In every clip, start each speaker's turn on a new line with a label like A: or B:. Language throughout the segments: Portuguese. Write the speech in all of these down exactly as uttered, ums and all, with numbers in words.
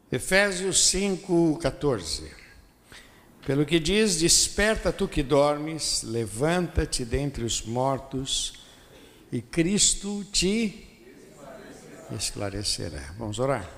A: Efésios cinco, quatorze. Pelo que diz, desperta tu que dormes, levanta-te dentre os mortos, e Cristo te esclarecerá. Vamos orar.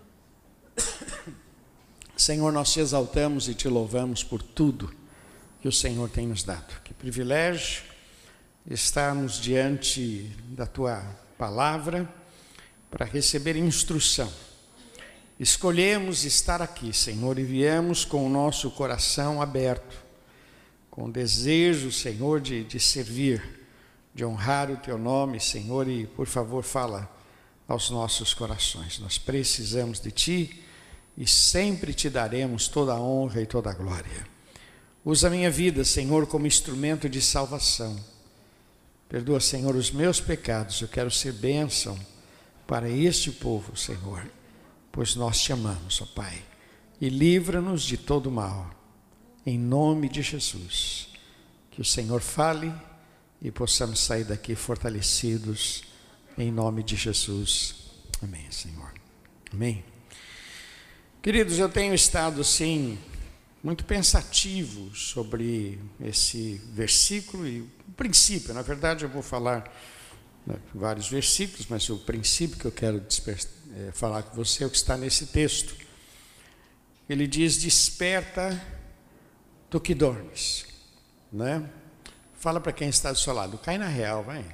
A: Senhor, nós te exaltamos e te louvamos por tudo que o Senhor tem nos dado. Que privilégio estarmos diante da tua palavra para receber instrução. Escolhemos estar aqui, Senhor, e viemos com o nosso coração aberto, com o desejo, Senhor, de, de servir, de honrar o teu nome, Senhor, e por favor fala aos nossos corações. Nós precisamos de ti e sempre te daremos toda a honra e toda a glória. Usa a minha vida, Senhor, como instrumento de salvação. Perdoa, Senhor, os meus pecados. Eu quero ser bênção para este povo, Senhor, pois nós te amamos, ó Pai, e livra-nos de todo mal, em nome de Jesus. Que o Senhor fale e possamos sair daqui fortalecidos, em nome de Jesus. Amém, Senhor. Amém. Queridos, eu tenho estado, sim, muito pensativo sobre esse versículo e o princípio. Na verdade, eu vou falar né, vários versículos, mas o princípio que eu quero dispersar, É, falar com você é o que está nesse texto. Ele diz: desperta tu que dormes, né? Fala para quem está do seu lado, cai na real, vai.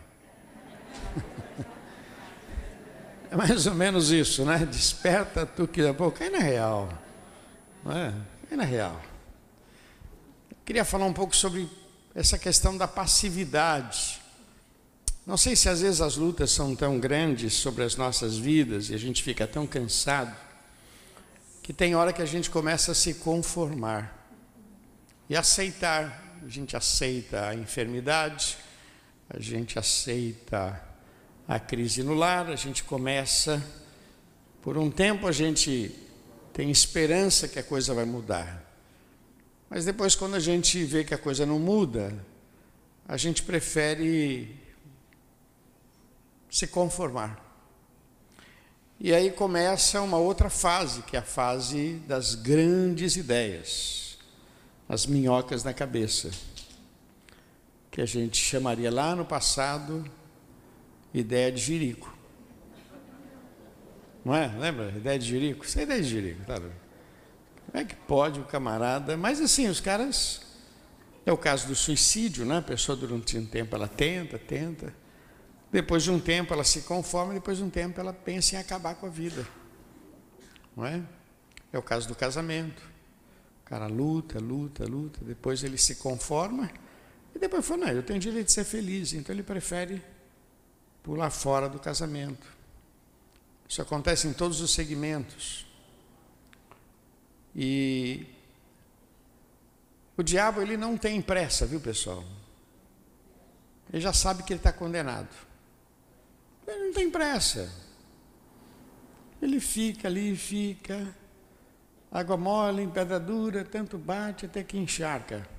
A: É mais ou menos isso, né? Desperta tu que dormes, cai na real, não é? Cai na real. Eu queria falar um pouco sobre essa questão da passividade. Não sei se às vezes as lutas são tão grandes sobre as nossas vidas e a gente fica tão cansado, que tem hora que a gente começa a se conformar e aceitar. A gente aceita a enfermidade, a gente aceita a crise no lar, a gente começa, por um tempo a gente tem esperança que a coisa vai mudar. Mas depois, quando a gente vê que a coisa não muda, a gente prefere se conformar. E aí começa uma outra fase, que é a fase das grandes ideias, as minhocas na cabeça, que a gente chamaria lá no passado ideia de jirico. Não é? Lembra? Ideia de jirico? Isso é ideia de jirico, tá? Como é que pode o camarada? Mas assim, os caras, é o caso do suicídio, né? A pessoa durante um tempo ela tenta, tenta, depois de um tempo ela se conforma, depois de um tempo ela pensa em acabar com a vida, não é? É o caso do casamento. O cara luta, luta, luta, depois ele se conforma e depois fala, não, eu tenho direito de ser feliz, então ele prefere pular fora do casamento. Isso acontece em todos os segmentos. E o diabo, ele não tem pressa, viu, pessoal? Ele já sabe que ele está condenado. Ele não tem pressa. Ele fica ali, fica, água mole em pedra dura, tanto bate até que encharca,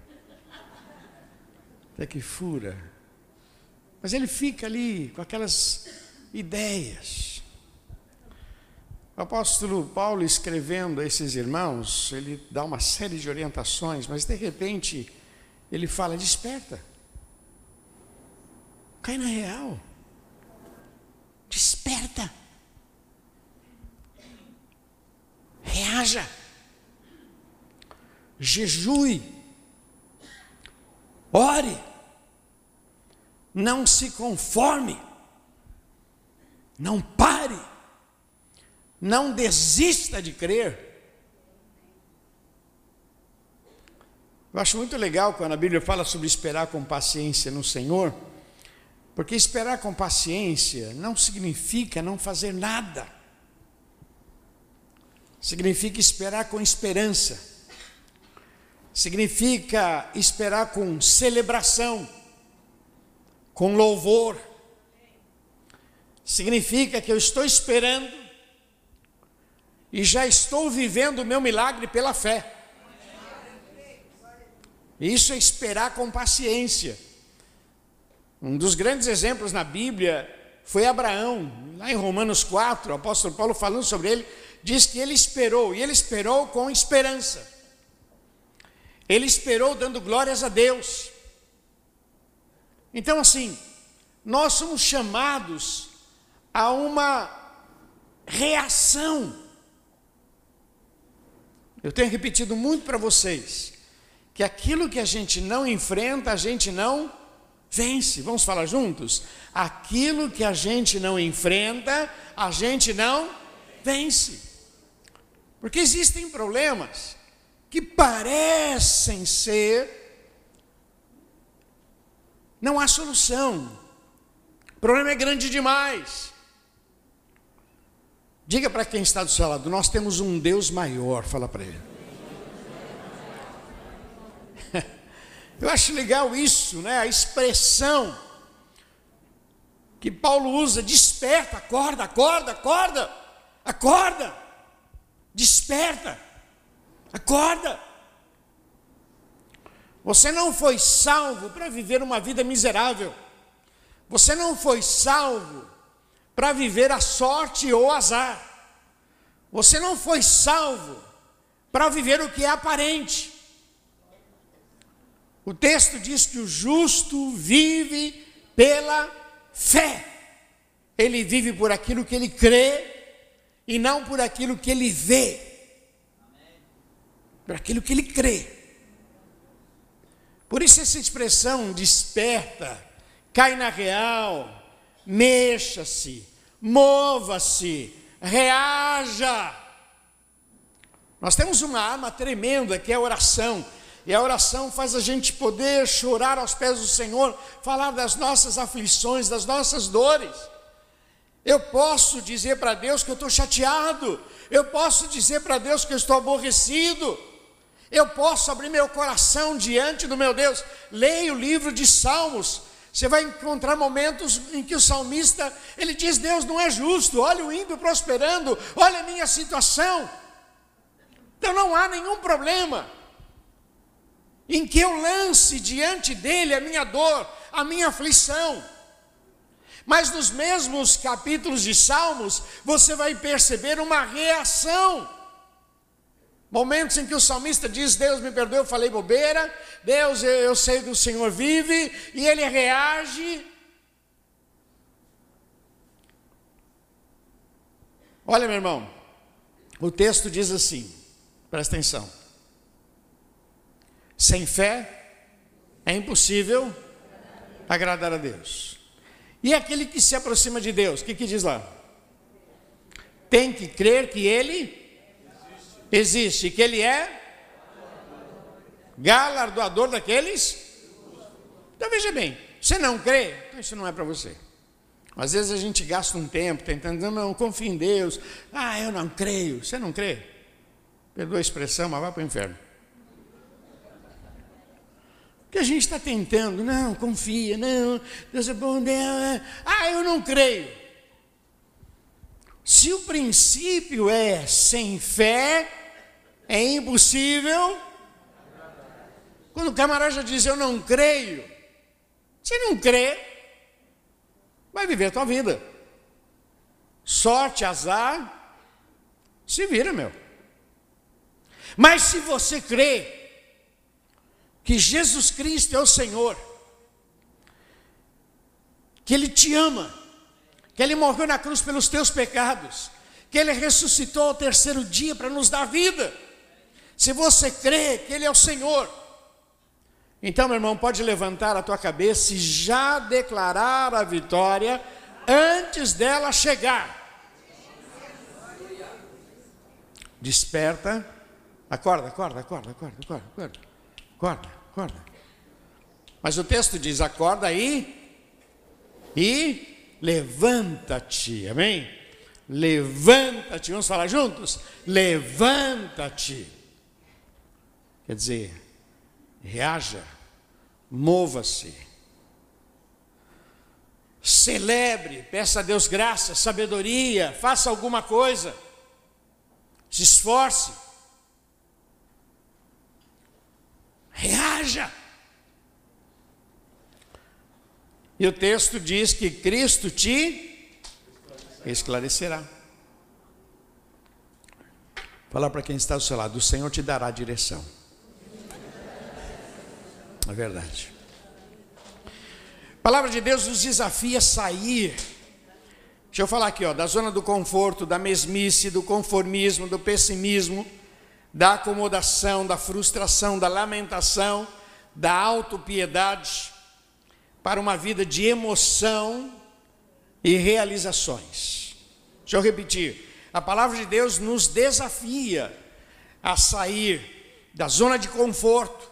A: até que fura. Mas ele fica ali com aquelas ideias. O apóstolo Paulo, escrevendo a esses irmãos, ele dá uma série de orientações, mas de repente ele fala: desperta, cai na real. Desperta. Reaja. Jejue. Ore. Não se conforme. Não pare. Não desista de crer. Eu acho muito legal quando a Bíblia fala sobre esperar com paciência no Senhor. Porque esperar com paciência não significa não fazer nada. Significa esperar com esperança. Significa esperar com celebração, com louvor. Significa que eu estou esperando e já estou vivendo o meu milagre pela fé. Isso é esperar com paciência. Um dos grandes exemplos na Bíblia foi Abraão. Lá em Romanos quatro, o apóstolo Paulo falando sobre ele, diz que ele esperou, e ele esperou com esperança. Ele esperou dando glórias a Deus. Então assim, nós somos chamados a uma reação. Eu tenho repetido muito para vocês, que aquilo que a gente não enfrenta, a gente não vence. Vamos falar juntos? Aquilo que a gente não enfrenta, a gente não vence. Porque existem problemas que parecem ser, não há solução. O problema é grande demais. Diga para quem está do seu lado, nós temos um Deus maior, fala para ele. Eu acho legal isso, né? A expressão que Paulo usa, desperta, acorda, acorda, acorda, acorda, desperta, acorda. Você não foi salvo para viver uma vida miserável. Você não foi salvo para viver a sorte ou azar. Você não foi salvo para viver o que é aparente. O texto diz que o justo vive pela fé. Ele vive por aquilo que ele crê e não por aquilo que ele vê. Por aquilo que ele crê. Por isso essa expressão desperta, cai na real, mexa-se, mova-se, reaja. Nós temos uma arma tremenda que é a oração. E a oração faz a gente poder chorar aos pés do Senhor, falar das nossas aflições, das nossas dores. Eu posso dizer para Deus que eu estou chateado. Eu posso dizer para Deus que eu estou aborrecido. Eu posso abrir meu coração diante do meu Deus. Leia o livro de Salmos. Você vai encontrar momentos em que o salmista, ele diz, Deus não é justo, olha o ímpio prosperando, olha a minha situação. Então não há nenhum problema em que eu lance diante dele a minha dor, a minha aflição. Mas nos mesmos capítulos de Salmos, você vai perceber uma reação. Momentos em que o salmista diz, Deus me perdoe, eu falei bobeira, Deus, eu, eu sei que o Senhor vive, e ele reage. Olha, meu irmão, o texto diz assim, presta atenção. Sem fé é impossível agradar a Deus. E aquele que se aproxima de Deus, o que que diz lá? Tem que crer que Ele existe, que Ele é galardoador daqueles. Então veja bem, você não crê, então isso não é para você. Às vezes a gente gasta um tempo tentando, não, não, confia em Deus. Ah, eu não creio. Você não crê? Perdoa a expressão, mas vai para o inferno. Porque a gente está tentando, não, confia, não, Deus é bom, Deus é... Ah, eu não creio. Se o princípio é sem fé, é impossível. Quando o camarada já diz, eu não creio, você não crê, vai viver a tua vida. Sorte, azar, se vira, meu. Mas se você crê que Jesus Cristo é o Senhor, que Ele te ama, que Ele morreu na cruz pelos teus pecados, que Ele ressuscitou ao terceiro dia para nos dar vida, se você crê que Ele é o Senhor, então, meu irmão, pode levantar a tua cabeça e já declarar a vitória antes dela chegar. Desperta, acorda, acorda, acorda, acorda, acorda, acorda, acorda, acorda. Mas o texto diz, acorda aí e levanta-te, amém? Levanta-te, vamos falar juntos? Levanta-te. Quer dizer, reaja, mova-se, celebre, peça a Deus graça, sabedoria, faça alguma coisa, se esforce, reaja. E o texto diz que Cristo te esclarecerá. Fala para quem está do seu lado, o Senhor te dará direção. É verdade. A palavra de Deus nos desafia a sair. Deixa eu falar aqui, ó, da zona do conforto, da mesmice, do conformismo, do pessimismo, da acomodação, da frustração, da lamentação, da autopiedade, para uma vida de emoção e realizações. Deixa eu repetir. A palavra de Deus nos desafia a sair da zona de conforto.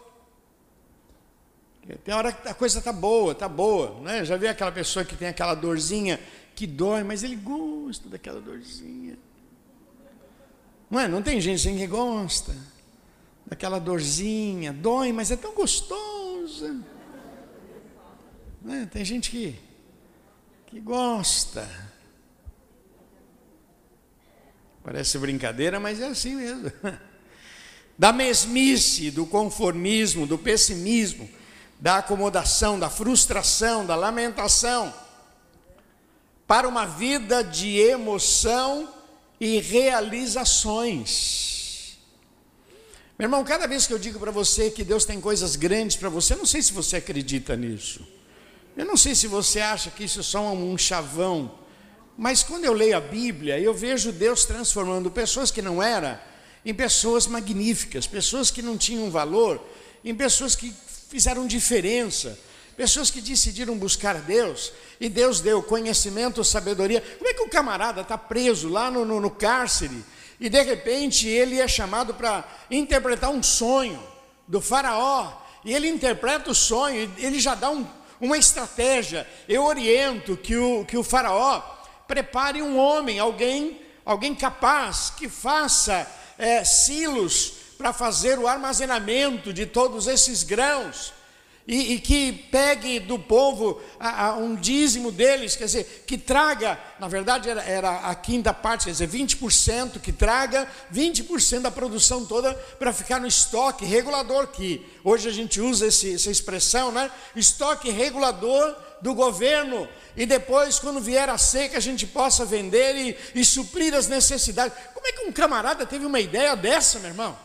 A: Tem hora que a coisa está boa, está boa, né? Já viu aquela pessoa que tem aquela dorzinha que dói, mas ele gosta daquela dorzinha. Não é? Não tem gente assim que gosta daquela dorzinha, dói, mas é tão gostosa. Não é? Tem gente que, que gosta. Parece brincadeira, mas é assim mesmo. Da mesmice, do conformismo, do pessimismo, da acomodação, da frustração, da lamentação, para uma vida de emoção e realizações. Meu irmão, cada vez que eu digo para você que Deus tem coisas grandes para você, eu não sei se você acredita nisso. Eu não sei se você acha que isso é só um chavão. Mas quando eu leio a Bíblia, eu vejo Deus transformando pessoas que não eram em pessoas magníficas, pessoas que não tinham valor, em pessoas que fizeram diferença, pessoas que decidiram buscar Deus, e Deus deu conhecimento, sabedoria. Como é que o camarada está preso lá no, no, no cárcere, e de repente ele é chamado para interpretar um sonho do faraó, e ele interpreta o sonho, e ele já dá um, uma estratégia. Eu oriento que o, que o faraó prepare um homem, alguém, alguém capaz, que faça é, silos para fazer o armazenamento de todos esses grãos, e, e que pegue do povo a, a um dízimo deles, quer dizer, que traga, na verdade era, era a quinta parte, quer dizer, vinte por cento, que traga vinte por cento da produção toda para ficar no estoque regulador, que hoje a gente usa esse, essa expressão, né? Estoque regulador do governo, e depois, quando vier a seca, a gente possa vender e, e suprir as necessidades. Como é que um camarada teve uma ideia dessa, meu irmão?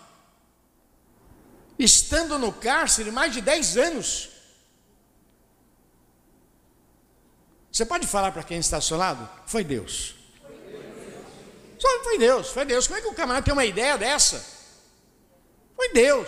A: Estando no cárcere mais de dez anos. Você pode falar para quem está ao seu lado? Foi Deus. Só foi Deus, foi Deus. Como é que um camarada tem uma ideia dessa? Foi Deus.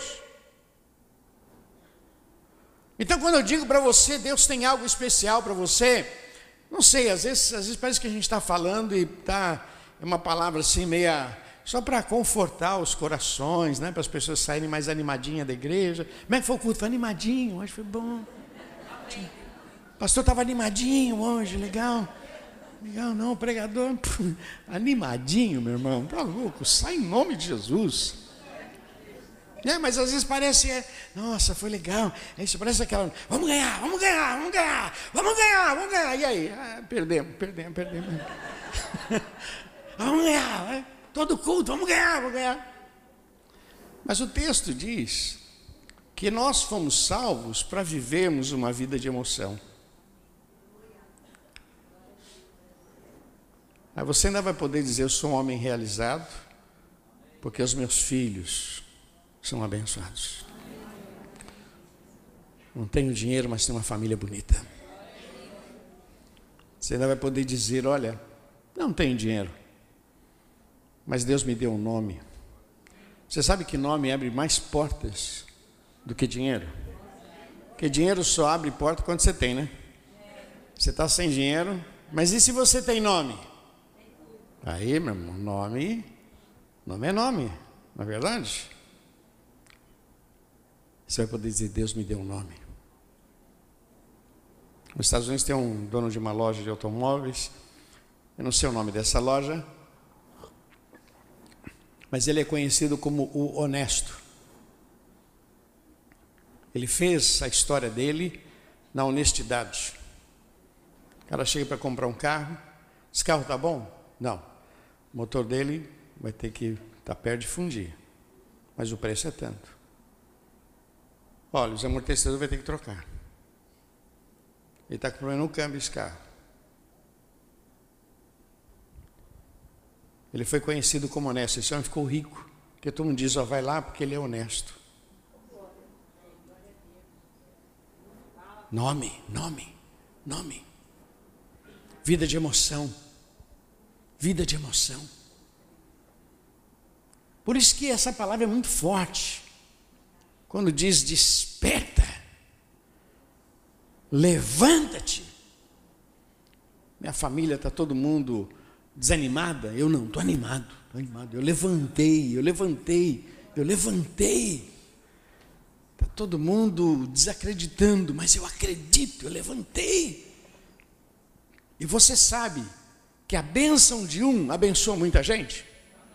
A: Então, quando eu digo para você, Deus tem algo especial para você, não sei, às vezes, às vezes parece que a gente está falando e tá, é uma palavra assim, meia, só para confortar os corações, né, para as pessoas saírem mais animadinhas da igreja. Como é que foi o culto? Foi animadinho, hoje foi bom. O pastor estava animadinho hoje, legal. Legal, não, o pregador, pff, animadinho, meu irmão, tá louco, sai em nome de Jesus. É, mas às vezes parece, é, nossa, foi legal. É isso, parece aquela, vamos ganhar, vamos ganhar, vamos ganhar, vamos ganhar, vamos ganhar. E aí? Ah, perdemos, perdemos, perdemos. Vamos ganhar, né? Todo culto, vamos ganhar, vamos ganhar. Mas o texto diz que nós fomos salvos para vivermos uma vida de emoção. Aí você ainda vai poder dizer, eu sou um homem realizado, porque os meus filhos são abençoados. Não tenho dinheiro, mas tenho uma família bonita. Você ainda vai poder dizer, olha, não tenho dinheiro, mas Deus me deu um nome. Você sabe que nome abre mais portas do que dinheiro? Porque dinheiro só abre porta quando você tem, né? Você está sem dinheiro, mas e se você tem nome? Aí, meu irmão, nome, nome é nome, não é verdade? Você vai poder dizer, Deus me deu um nome. Nos Estados Unidos tem um dono de uma loja de automóveis, eu não sei o nome dessa loja, mas ele é conhecido como o honesto. Ele fez a história dele na honestidade. O cara chega para comprar um carro, esse carro está bom? Não. O motor dele vai ter que estar perto de fundir, mas o preço é tanto. Olha, os amortecedores vai ter que trocar. Ele está com problema no câmbio esse carro. Ele foi conhecido como honesto, esse homem ficou rico. Porque todo mundo diz, ó, vai lá porque ele é honesto. Nome, nome, nome. Vida de emoção. Vida de emoção. Por isso que essa palavra é muito forte. Quando diz desperta, levanta-te. Minha família está todo mundo desanimada. Eu não, estou animado, estou animado. Eu levantei, eu levantei, eu levantei. Está todo mundo desacreditando, mas eu acredito, eu levantei. E você sabe que a bênção de um abençoa muita gente?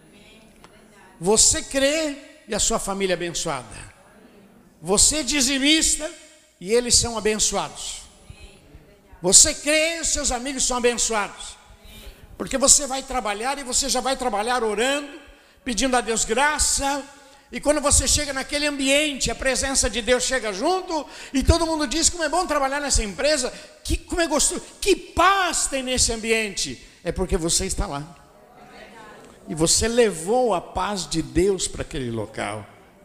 A: Você crê e a sua família é abençoada. Você é dizimista e eles são abençoados. Você crê e os seus amigos são abençoados. Porque você vai trabalhar e você já vai trabalhar orando, pedindo a Deus graça. E quando você chega naquele ambiente, a presença de Deus chega junto, e todo mundo diz como é bom trabalhar nessa empresa, que, como é gostoso, que paz tem nesse ambiente. É porque você está lá. E você levou a paz de Deus para aquele local.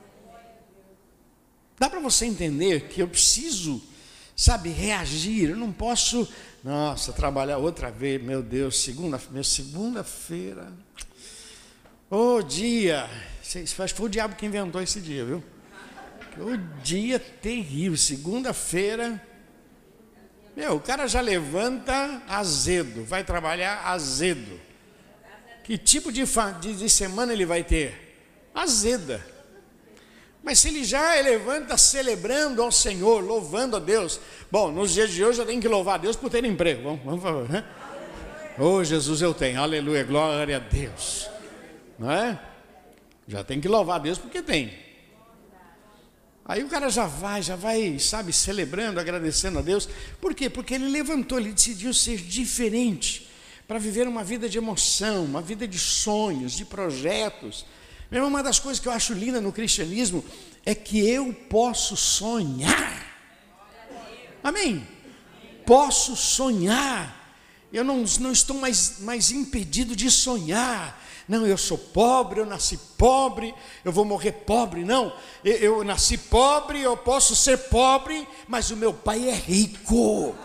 A: Dá para você entender que eu preciso, sabe, reagir. Eu não posso, nossa, trabalhar outra vez, meu Deus, segunda, meu, segunda-feira. Ô dia, acho que foi o diabo que inventou esse dia, viu? O dia terrível, segunda-feira. Meu, o cara já levanta azedo, vai trabalhar azedo. Que tipo de, de, de semana ele vai ter? Azeda. Mas se ele já levanta celebrando ao Senhor, louvando a Deus. Bom, nos dias de hoje eu tenho que louvar a Deus por ter emprego. Vamos, vamos falar, né? Oh, Jesus, eu tenho. Aleluia, glória a Deus. Não é? Já tem que louvar a Deus porque tem. Aí o cara já vai, já vai, sabe, celebrando, agradecendo a Deus. Por quê? Porque ele levantou, ele decidiu ser diferente, para viver uma vida de emoção, uma vida de sonhos, de projetos. Meu irmão, uma das coisas que eu acho linda no cristianismo é que eu posso sonhar. Amém? Posso sonhar. Eu não, não estou mais, mais impedido de sonhar. Não, eu sou pobre, eu nasci pobre, eu vou morrer pobre. Não, eu, eu nasci pobre, eu posso ser pobre, mas o meu pai é rico.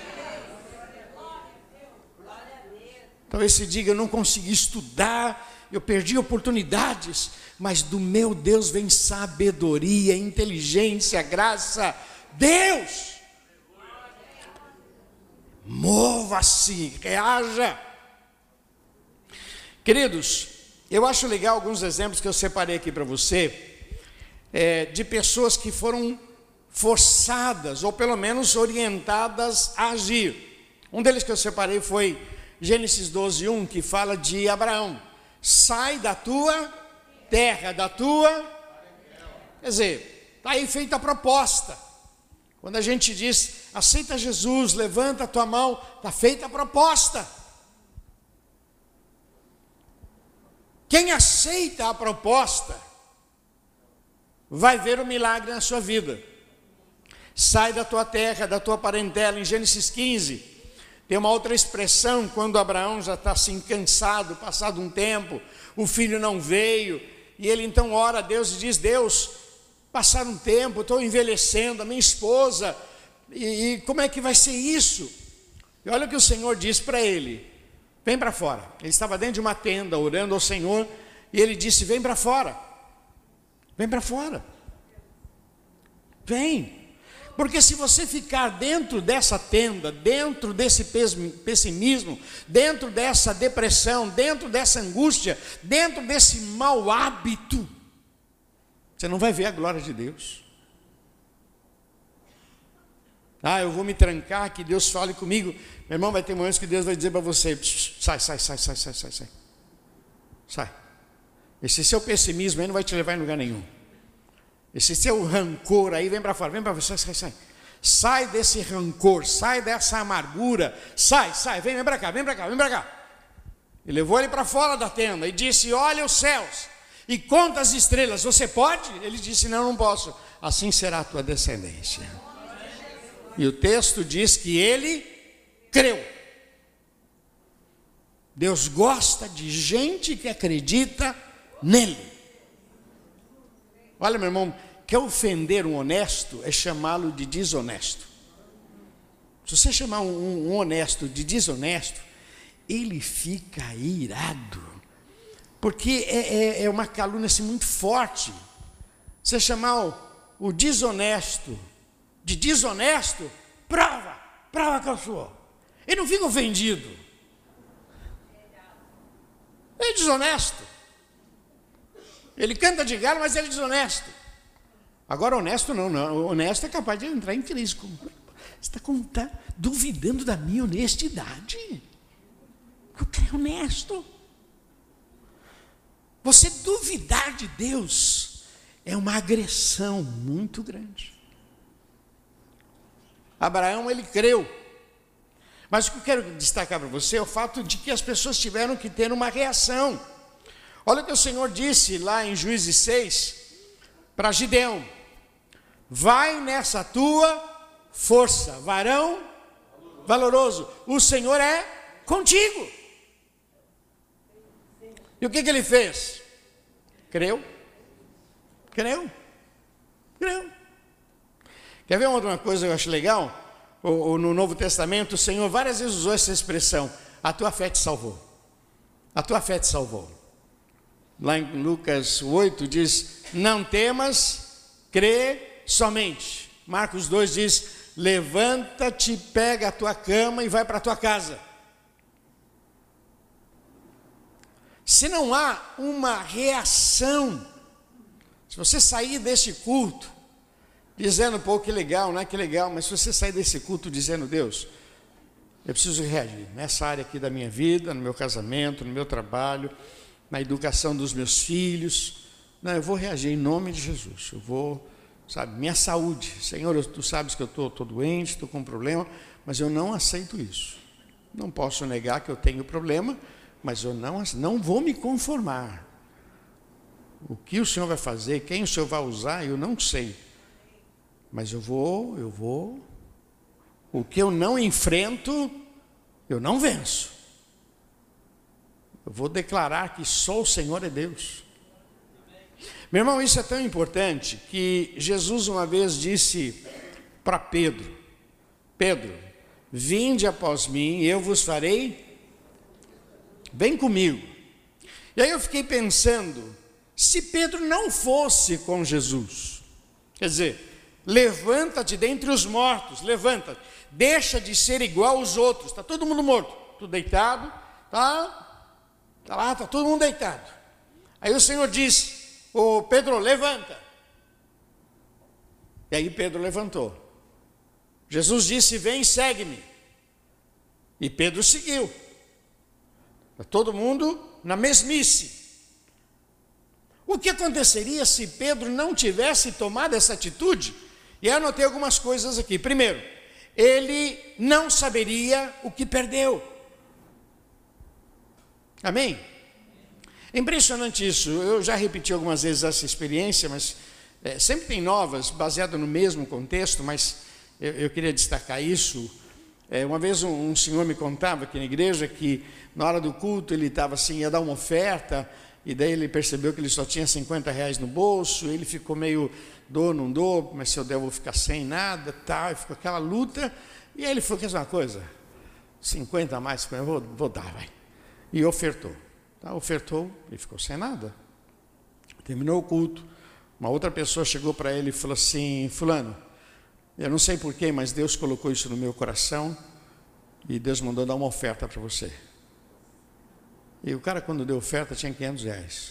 A: Talvez se diga, eu não consegui estudar, eu perdi oportunidades, mas do meu Deus vem sabedoria, inteligência, graça. Deus, mova-se, reaja. Queridos, eu acho legal alguns exemplos que eu separei aqui para você, é, de pessoas que foram forçadas, ou pelo menos orientadas a agir. Um deles que eu separei foi Gênesis doze, um, que fala de Abraão. Sai da tua terra, da tua... Quer dizer, está aí feita a proposta. Quando a gente diz, aceita Jesus, levanta a tua mão, está feita a proposta. Quem aceita a proposta, vai ver o milagre na sua vida. Sai da tua terra, da tua parentela. Em Gênesis quinze, tem uma outra expressão, quando Abraão já está assim cansado, passado um tempo, o filho não veio, e ele então ora a Deus e diz, Deus, passar um tempo, estou envelhecendo, a minha esposa, e, e como é que vai ser isso? E olha o que o Senhor diz para ele, vem para fora. Ele estava dentro de uma tenda, orando ao Senhor, e ele disse, vem para fora, vem para fora, vem. Porque se você ficar dentro dessa tenda, dentro desse pessimismo, dentro dessa depressão, dentro dessa angústia, dentro desse mau hábito, você não vai ver a glória de Deus. Ah, eu vou me trancar, que Deus fale comigo. Meu irmão, vai ter momentos que Deus vai dizer para você, sai, sai, sai, sai, sai, sai, sai. Sai. Esse seu pessimismo aí não vai te levar em lugar nenhum. Esse seu rancor aí, vem para fora, vem para fora, sai, sai, sai. Sai desse rancor, sai dessa amargura, sai, sai, vem, vem para cá, vem para cá, vem para cá. E levou ele para fora da tenda e disse, olha os céus e conta as estrelas, você pode? Ele disse, não, não posso. Assim será a tua descendência. E o texto diz que ele creu. Deus gosta de gente que acredita nele. Olha, meu irmão, quer ofender um honesto é chamá-lo de desonesto. Se você chamar um, um honesto de desonesto, ele fica irado, porque é, é, é uma calúnia assim, muito forte. Você chamar o, o desonesto de desonesto, prova, prova que eu sou. Ele não fica ofendido. Ele é desonesto. Ele canta de galo, mas ele é desonesto. Agora, honesto não, não. Honesto é capaz de entrar em crise. Você está tá duvidando da minha honestidade? Eu creio honesto. Você duvidar de Deus é uma agressão muito grande. Abraão, ele creu. Mas o que eu quero destacar para você é o fato de que as pessoas tiveram que ter uma reação. Olha o que o Senhor disse lá em Juízes seis para Gideão: vai nessa tua força, varão valoroso, o Senhor é contigo. E o que, que ele fez? Creu, creu, creu. Quer ver uma outra coisa que eu acho legal? O, o, no Novo Testamento, o Senhor várias vezes usou essa expressão: a tua fé te salvou. A tua fé te salvou. Lá em Lucas oito diz: não temas, crê somente. Marcos dois diz: levanta-te, pega a tua cama e vai para a tua casa. Se não há uma reação, se você sair desse culto dizendo, pô, que legal, não é que legal, mas se você sair desse culto dizendo, Deus, eu preciso reagir nessa área aqui da minha vida, no meu casamento, no meu trabalho, na educação dos meus filhos, não, eu vou reagir em nome de Jesus. Eu vou, sabe, minha saúde, Senhor, eu, tu sabes que eu estou doente, estou com um problema, mas eu não aceito isso. Não posso negar que eu tenho problema, mas eu não, não vou me conformar. O que o Senhor vai fazer, quem o Senhor vai usar, eu não sei. Mas eu vou, eu vou. O que eu não enfrento, eu não venço. Eu vou declarar que só o Senhor é Deus. Meu irmão, isso é tão importante que Jesus uma vez disse para Pedro: Pedro, vinde após mim, eu vos farei, vem comigo. E aí eu fiquei pensando, se Pedro não fosse com Jesus, quer dizer, levanta-te dentre os mortos, levanta-te, deixa de ser igual aos outros, está todo mundo morto, tudo deitado, tá, tá lá, está todo mundo deitado. Aí o Senhor diz, ô Pedro, levanta. E aí Pedro levantou. Jesus disse, vem e segue-me. E Pedro seguiu. Está todo mundo na mesmice. O que aconteceria se Pedro não tivesse tomado essa atitude? E eu anotei algumas coisas aqui. Primeiro, ele não saberia o que perdeu. Amém? É impressionante isso. Eu já repeti algumas vezes essa experiência, mas é, sempre tem novas, baseadas no mesmo contexto, mas eu, eu queria destacar isso. É, uma vez um, um senhor me contava aqui na igreja que na hora do culto ele estava assim, ia dar uma oferta, e daí ele percebeu que ele só tinha cinquenta reais no bolso, ele ficou meio, dou, não dou, mas se eu der eu vou ficar sem nada, tá, e ficou aquela luta, e aí ele falou, quer dizer uma coisa, cinquenta a mais, eu vou, vou dar, vai, e ofertou, tá, ofertou, e ficou sem nada, terminou o culto, uma outra pessoa chegou para ele e falou assim, fulano, eu não sei porquê, mas Deus colocou isso no meu coração, e Deus mandou dar uma oferta para você. E o cara, quando deu oferta, tinha quinhentos reais.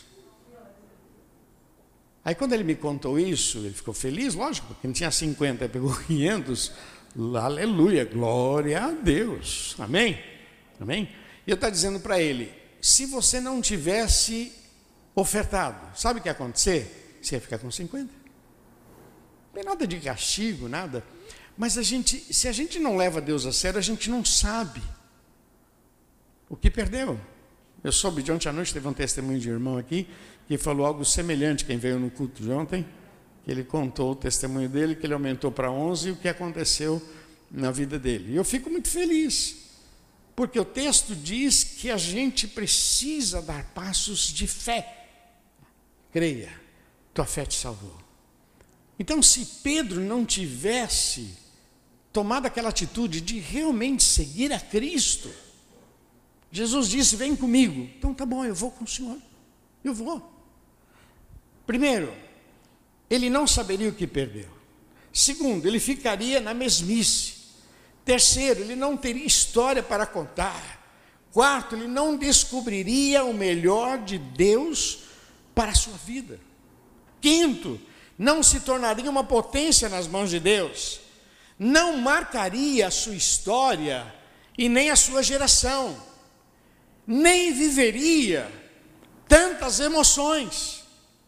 A: Aí, quando ele me contou isso, ele ficou feliz, lógico, porque ele tinha cinquenta, ele pegou quinhentos, aleluia, glória a Deus, amém? Amém? E eu estava dizendo para ele, se você não tivesse ofertado, sabe o que ia acontecer? Você ia ficar com cinquenta. Não tem nada de castigo, nada. Mas a gente, se a gente não leva Deus a sério, a gente não sabe o que perdeu. Eu soube de ontem à noite, teve um testemunho de irmão aqui, que falou algo semelhante, quem veio no culto de ontem, que ele contou o testemunho dele, que ele aumentou para onze, e o que aconteceu na vida dele. E eu fico muito feliz, porque o texto diz que a gente precisa dar passos de fé. Creia, tua fé te salvou. Então, se Pedro não tivesse tomado aquela atitude de realmente seguir a Cristo, Jesus disse: vem comigo. Então tá bom, eu vou com o Senhor, eu vou. Primeiro, ele não saberia o que perdeu. Segundo, ele ficaria na mesmice. Terceiro, ele não teria história para contar. Quarto, ele não descobriria o melhor de Deus para a sua vida. Quinto, não se tornaria uma potência nas mãos de Deus. Não marcaria a sua história e nem a sua geração. Nem viveria tantas emoções.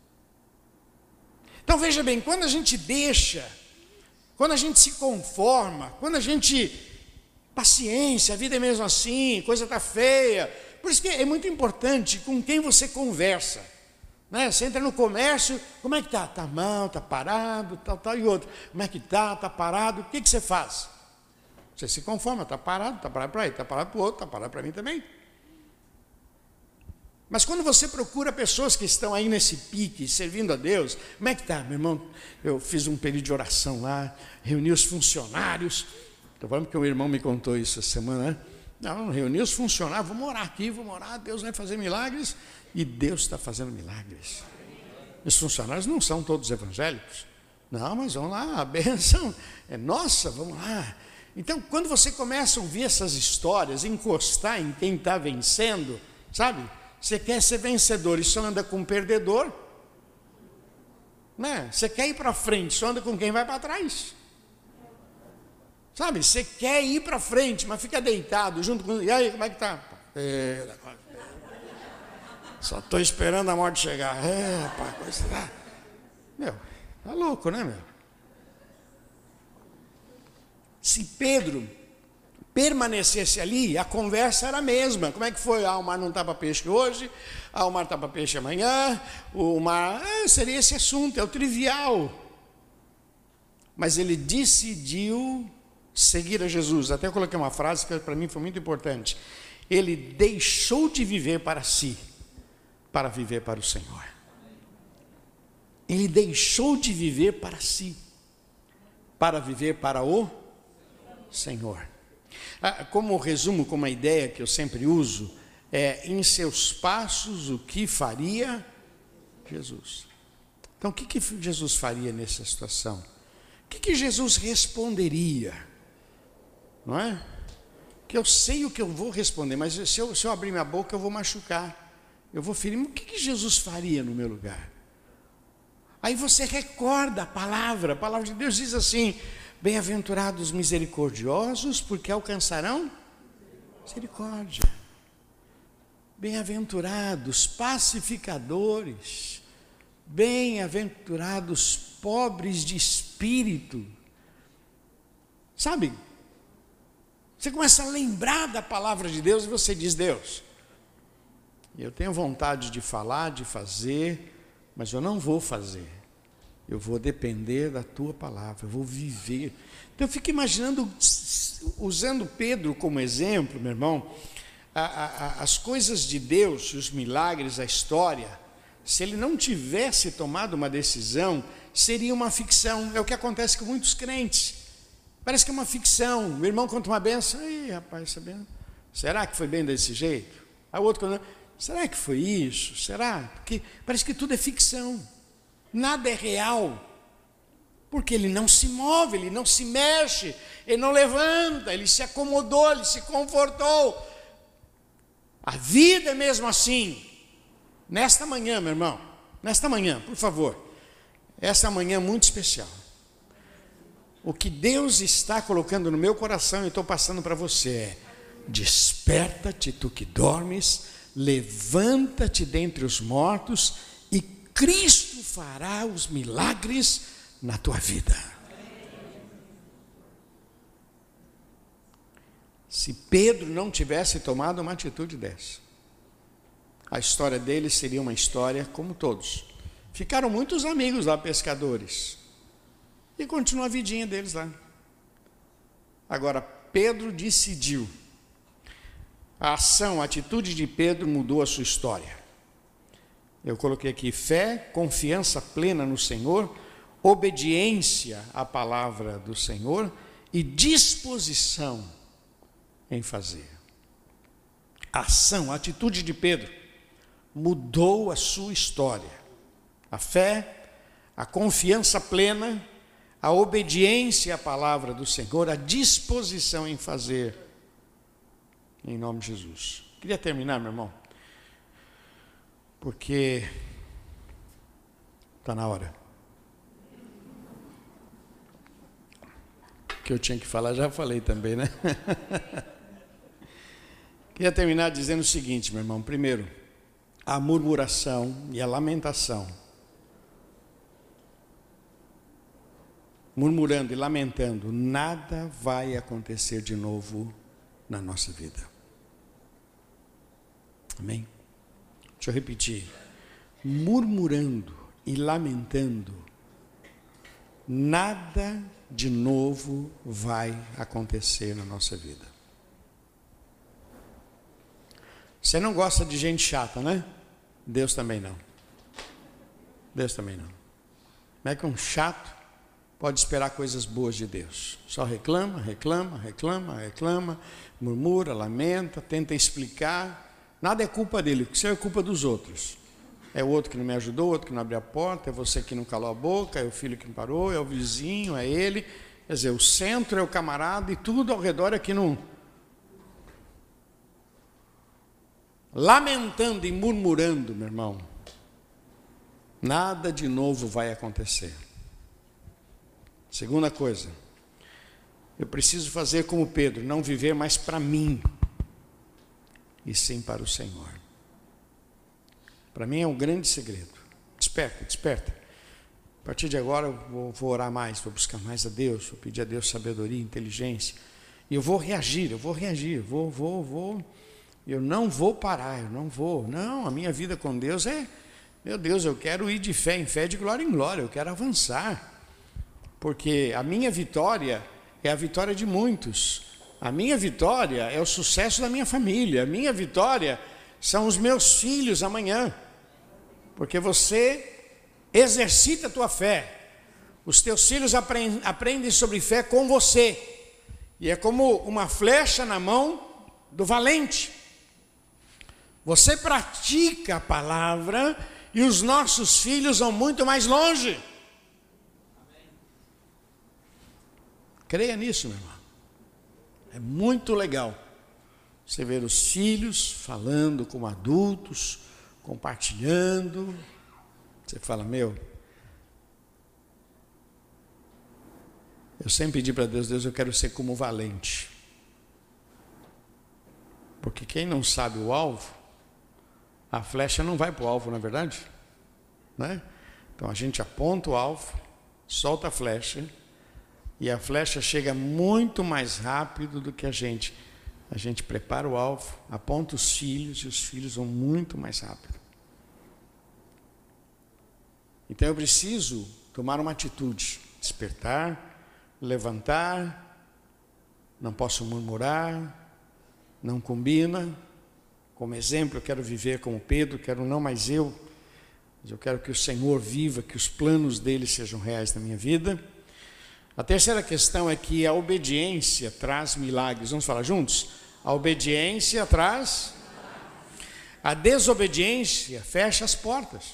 A: Então veja bem, quando a gente deixa, quando a gente se conforma, quando a gente... paciência, a vida é mesmo assim, coisa está feia. Por isso que é muito importante com quem você conversa, né? Você entra no comércio, como é que está? Está mal, está parado, tal, tal, e outro. Como é que está? Está parado. O que, que você faz? Você se conforma, está parado, está parado para ele, está parado para o outro, está parado para mim também. Mas quando você procura pessoas que estão aí nesse pique, servindo a Deus, como é que está, meu irmão? Eu fiz um período de oração lá, reuni os funcionários. Estou falando porque o irmão me contou isso essa semana, né? Não, reuni os funcionários, vamos orar aqui, vamos orar, Deus vai fazer milagres, e Deus está fazendo milagres. Os funcionários não são todos evangélicos, não, mas vamos lá, a bênção é nossa, vamos lá. Então, quando você começa a ouvir essas histórias, encostar em quem está vencendo, sabe? Você quer ser vencedor e só anda com um perdedor, né? Você quer ir para frente, só anda com quem vai para trás. Sabe, você quer ir para frente, mas fica deitado junto com... E aí, como é que tá? É, só estou esperando a morte chegar. É, rapaz, coisa tá... Meu, tá louco, né, meu? Se Pedro permanecesse ali, a conversa era a mesma. Como é que foi? Ah, o mar não está para peixe hoje, ah, o mar está para peixe amanhã, o mar... Ah, seria esse assunto, é o trivial. Mas ele decidiu... seguir a Jesus. Até coloquei uma frase que para mim foi muito importante. Ele deixou de viver para si, para viver para o Senhor. Ele deixou de viver para si, para viver para o Senhor. Como resumo, como a ideia que eu sempre uso, é: em seus passos, o que faria Jesus? Então, o que, que Jesus faria nessa situação? O que, que Jesus responderia? Não é? Que eu sei o que eu vou responder, mas se eu, se eu abrir minha boca eu vou machucar, eu vou ferir. Mas o que, que Jesus faria no meu lugar? Aí você recorda a palavra, a palavra de Deus diz assim: bem-aventurados misericordiosos, porque alcançarão misericórdia. Bem-aventurados pacificadores, bem-aventurados pobres de espírito. Sabe? Você começa a lembrar da palavra de Deus e você diz: Deus, eu tenho vontade de falar, de fazer, mas eu não vou fazer. Eu vou depender da tua palavra, eu vou viver. Então eu fico imaginando, usando Pedro como exemplo, meu irmão, a, a, as coisas de Deus, os milagres, a história. Se ele não tivesse tomado uma decisão, seria uma ficção. É o que acontece com muitos crentes. Parece que é uma ficção. O irmão conta uma benção. Ei, rapaz, sabendo? Será que foi bem desse jeito? Aí o outro conta: será que foi isso? Será? Porque parece que tudo é ficção. Nada é real. Porque ele não se move, ele não se mexe, ele não levanta, ele se acomodou, ele se confortou. A vida é mesmo assim. Nesta manhã, meu irmão, nesta manhã, por favor, esta manhã é muito especial. O que Deus está colocando no meu coração e estou passando para você é: desperta-te, tu que dormes, levanta-te dentre os mortos e Cristo fará os milagres na tua vida. Se Pedro não tivesse tomado uma atitude dessa, a história dele seria uma história como todos. Ficaram muitos amigos lá, pescadores, e continua a vidinha deles lá. Agora, Pedro decidiu. A ação, a atitude de Pedro mudou a sua história. Eu coloquei aqui fé, confiança plena no Senhor, obediência à palavra do Senhor e disposição em fazer. A ação, a atitude de Pedro mudou a sua história. A fé, a confiança plena, a obediência à palavra do Senhor, a disposição em fazer, em nome de Jesus. Queria terminar, meu irmão, porque está na hora. O que eu tinha que falar, já falei também, né? Queria terminar dizendo o seguinte, meu irmão. Primeiro, a murmuração e a lamentação. Murmurando e lamentando, nada vai acontecer de novo na nossa vida. Amém? Deixa eu repetir. Murmurando e lamentando, nada de novo vai acontecer na nossa vida. Você não gosta de gente chata, né? Deus também não. Deus também não. Como é que um chato pode esperar coisas boas de Deus? Só reclama, reclama, reclama, reclama, murmura, lamenta, tenta explicar. Nada é culpa dele, isso é culpa dos outros. É o outro que não me ajudou, o outro que não abriu a porta, é você que não calou a boca, é o filho que não parou, é o vizinho, é ele. Quer dizer, o centro é o camarada e tudo ao redor é que não... Lamentando e murmurando, meu irmão, nada de novo vai acontecer. Segunda coisa, eu preciso fazer como Pedro, não viver mais para mim, e sim para o Senhor. Para mim é um grande segredo. Desperta, desperta. A partir de agora eu vou, vou orar mais, vou buscar mais a Deus, vou pedir a Deus sabedoria, inteligência. E eu vou reagir, eu vou reagir, vou, vou, vou. Eu não vou parar, eu não vou. Não, a minha vida com Deus é, meu Deus, eu quero ir de fé em fé, de glória em glória, eu quero avançar. Porque a minha vitória é a vitória de muitos. A minha vitória é o sucesso da minha família. A minha vitória são os meus filhos amanhã. Porque você exercita a tua fé. Os teus filhos aprendem, aprendem sobre fé com você. E é como uma flecha na mão do valente. Você pratica a palavra e os nossos filhos vão muito mais longe. Creia nisso, meu irmão. É muito legal você ver os filhos falando como adultos, compartilhando. Você fala, meu, eu sempre pedi para Deus, Deus, eu quero ser como valente. Porque quem não sabe o alvo, a flecha não vai para o alvo, não é verdade? Né? Então a gente aponta o alvo, solta a flecha, e a flecha chega muito mais rápido do que a gente. A gente prepara o alvo, aponta os filhos, e os filhos vão muito mais rápido. Então eu preciso tomar uma atitude, despertar, levantar, não posso murmurar, não combina. Como exemplo, eu quero viver como Pedro, quero não mais eu, mas eu quero que o Senhor viva, que os planos dele sejam reais na minha vida. A terceira questão é que a obediência traz milagres. Vamos falar juntos? A obediência traz... A desobediência fecha as portas.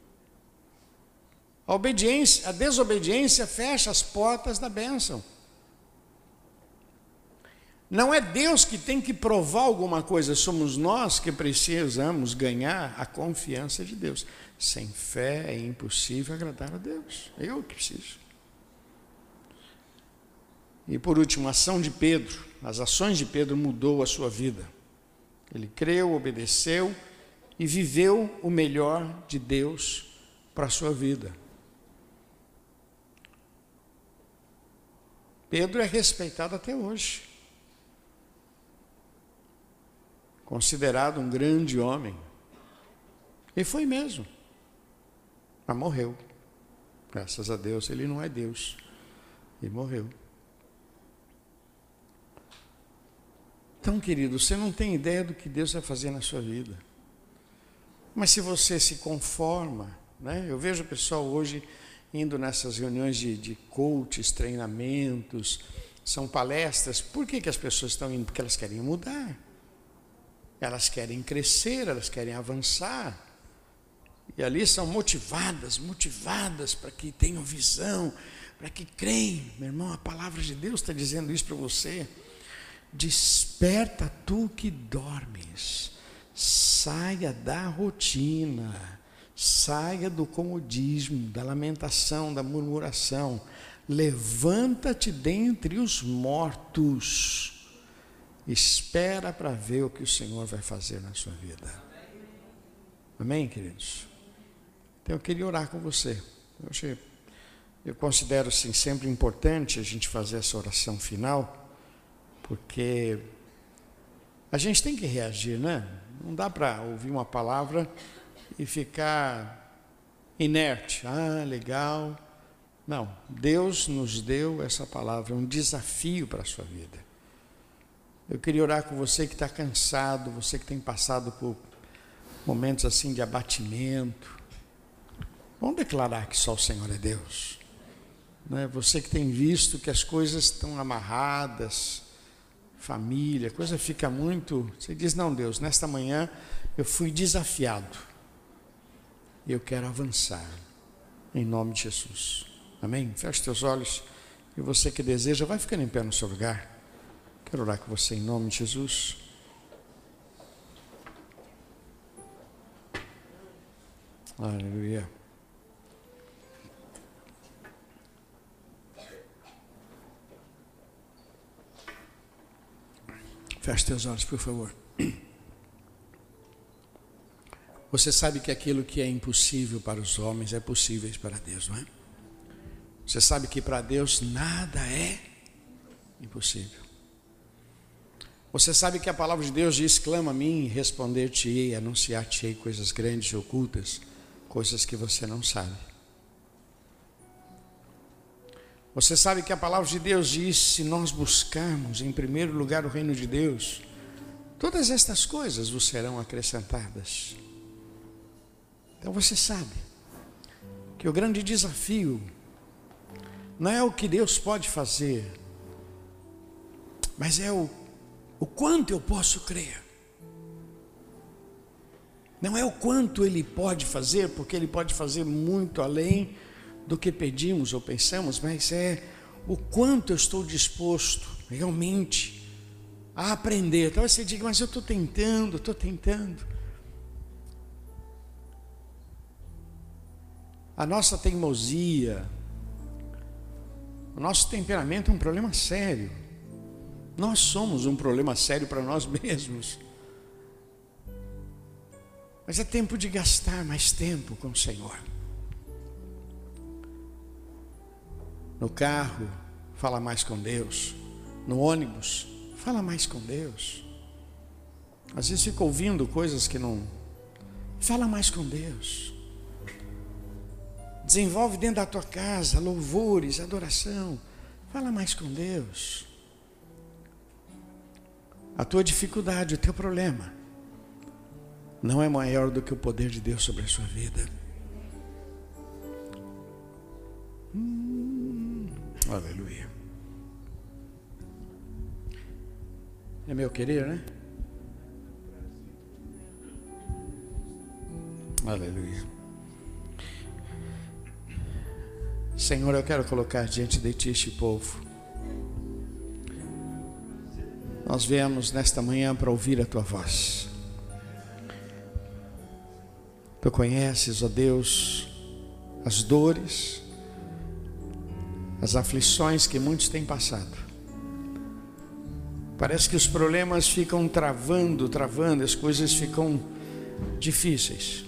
A: A obediência, a desobediência fecha as portas da bênção. Não é Deus que tem que provar alguma coisa, somos nós que precisamos ganhar a confiança de Deus. Sem fé é impossível agradar a Deus. É eu que preciso. E por último, a ação de Pedro, as ações de Pedro mudou a sua vida. Ele creu, obedeceu e viveu o melhor de Deus para a sua vida. Pedro é respeitado até hoje. Considerado um grande homem. E foi mesmo. Mas morreu. Graças a Deus, ele não é Deus. E morreu. Então, querido, você não tem ideia do que Deus vai fazer na sua vida. Mas se você se conforma, né? Eu vejo o pessoal hoje indo nessas reuniões de, de coaches, treinamentos, são palestras. Por que que as pessoas estão indo? Porque elas querem mudar, elas querem crescer, elas querem avançar. E ali são motivadas, motivadas para que tenham visão, para que creem. Meu irmão, a palavra de Deus está dizendo isso para você. Desperta tu que dormes, saia da rotina, saia do comodismo, da lamentação, da murmuração. Levanta-te dentre os mortos, espera para ver o que o Senhor vai fazer na sua vida. Amém, queridos? Então eu queria orar com você. Eu, achei, eu considero assim, sempre importante a gente fazer essa oração final, porque a gente tem que reagir, né? Não dá para ouvir uma palavra e ficar inerte. Ah, legal. Não, Deus nos deu essa palavra, um desafio para a sua vida. Eu queria orar com você que está cansado, você que tem passado por momentos assim de abatimento. Vamos declarar que só o Senhor é Deus. Né? Você que tem visto que as coisas estão amarradas, família, a coisa fica muito... Você diz, não, Deus, nesta manhã eu fui desafiado. E eu quero avançar, em nome de Jesus. Amém? Feche teus olhos. E você que deseja, vai ficando em pé no seu lugar. Quero orar com você em nome de Jesus. Aleluia. Feche teus olhos, por favor. Você sabe que aquilo que é impossível para os homens é possível para Deus, não é? Você sabe que para Deus nada é impossível. Você sabe que a palavra de Deus diz, clama a mim, responder-te-ei, anunciar-te-ei coisas grandes e ocultas, coisas que você não sabe. Você sabe que a palavra de Deus diz, se nós buscarmos em primeiro lugar o reino de Deus, todas estas coisas vos serão acrescentadas. Então você sabe que o grande desafio não é o que Deus pode fazer, mas é o, o quanto eu posso crer. Não é o quanto Ele pode fazer, porque Ele pode fazer muito além do que pedimos ou pensamos, mas é o quanto eu estou disposto realmente a aprender. Talvez você diga, mas eu estou tentando, estou tentando. A nossa teimosia, o nosso temperamento é um problema sério. Nós somos um problema sério para nós mesmos. Mas é tempo de gastar mais tempo com o Senhor. No carro, fala mais com Deus. No ônibus, fala mais com Deus. Às vezes fica ouvindo coisas que não... Fala mais com Deus. Desenvolve dentro da tua casa louvores, adoração. Fala mais com Deus. A tua dificuldade, o teu problema não é maior do que o poder de Deus sobre a sua vida. Hum, aleluia. É meu querer, né? Aleluia. Senhor, eu quero colocar diante de Ti este povo. Nós viemos nesta manhã para ouvir a Tua voz. Tu conheces, ó Deus, as dores, as aflições que muitos têm passado. Parece que os problemas ficam travando, travando, as coisas ficam difíceis.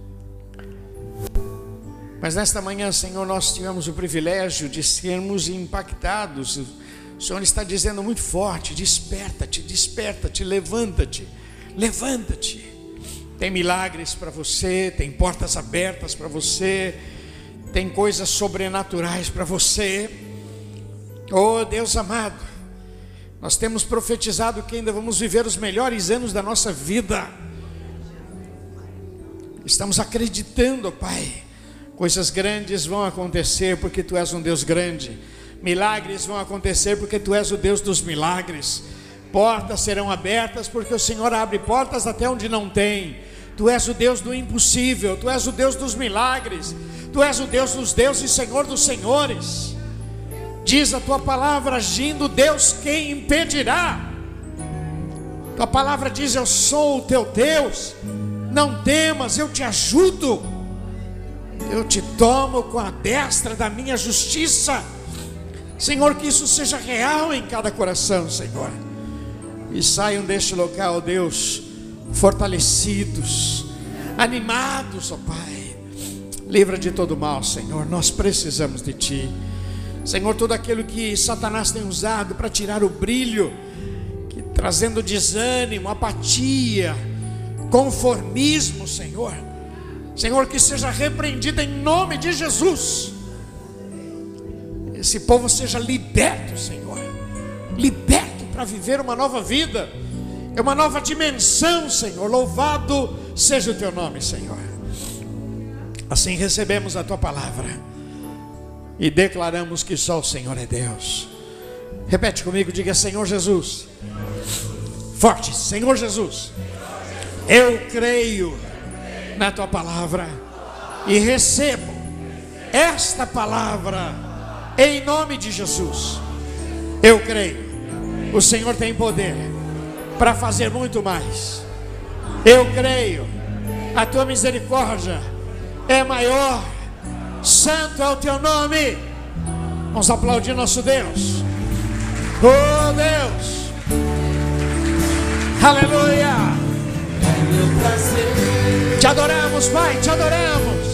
A: Mas nesta manhã, Senhor, nós tivemos o privilégio de sermos impactados. O Senhor está dizendo muito forte, desperta-te, desperta-te, levanta-te, levanta-te. Tem milagres para você, tem portas abertas para você, tem coisas sobrenaturais para você. Oh Deus amado, nós temos profetizado que ainda vamos viver os melhores anos da nossa vida. Estamos acreditando, Pai, coisas grandes vão acontecer porque Tu és um Deus grande. Milagres vão acontecer porque Tu és o Deus dos milagres. Portas serão abertas porque o Senhor abre portas até onde não tem. Tu és o Deus do impossível, Tu és o Deus dos milagres, Tu és o Deus dos deuses e Senhor dos senhores. Diz a Tua palavra: agindo Deus, quem impedirá? Tua palavra diz: eu sou o Teu Deus, não temas, eu te ajudo, eu te tomo com a destra da minha justiça. Senhor, que isso seja real em cada coração, Senhor, e saiam deste local, Deus, fortalecidos, animados, ó Pai. Livra de todo mal, Senhor, nós precisamos de Ti, Senhor. Tudo aquilo que Satanás tem usado para tirar o brilho, que, trazendo desânimo, apatia, conformismo, Senhor, Senhor, que seja repreendido em nome de Jesus. Esse povo seja liberto, Senhor, liberto para viver uma nova vida, é uma nova dimensão, Senhor. Louvado seja o Teu nome, Senhor. Assim recebemos a Tua palavra e declaramos que só o Senhor é Deus. Repete comigo, diga: Senhor Jesus. Forte: Senhor Jesus, eu creio na Tua palavra e recebo esta palavra em nome de Jesus. Eu creio, o Senhor tem poder para fazer muito mais. Eu creio, a Tua misericórdia é maior. Santo é o Teu nome. Vamos aplaudir nosso Deus. Oh Deus, aleluia. Te adoramos, Pai, te adoramos.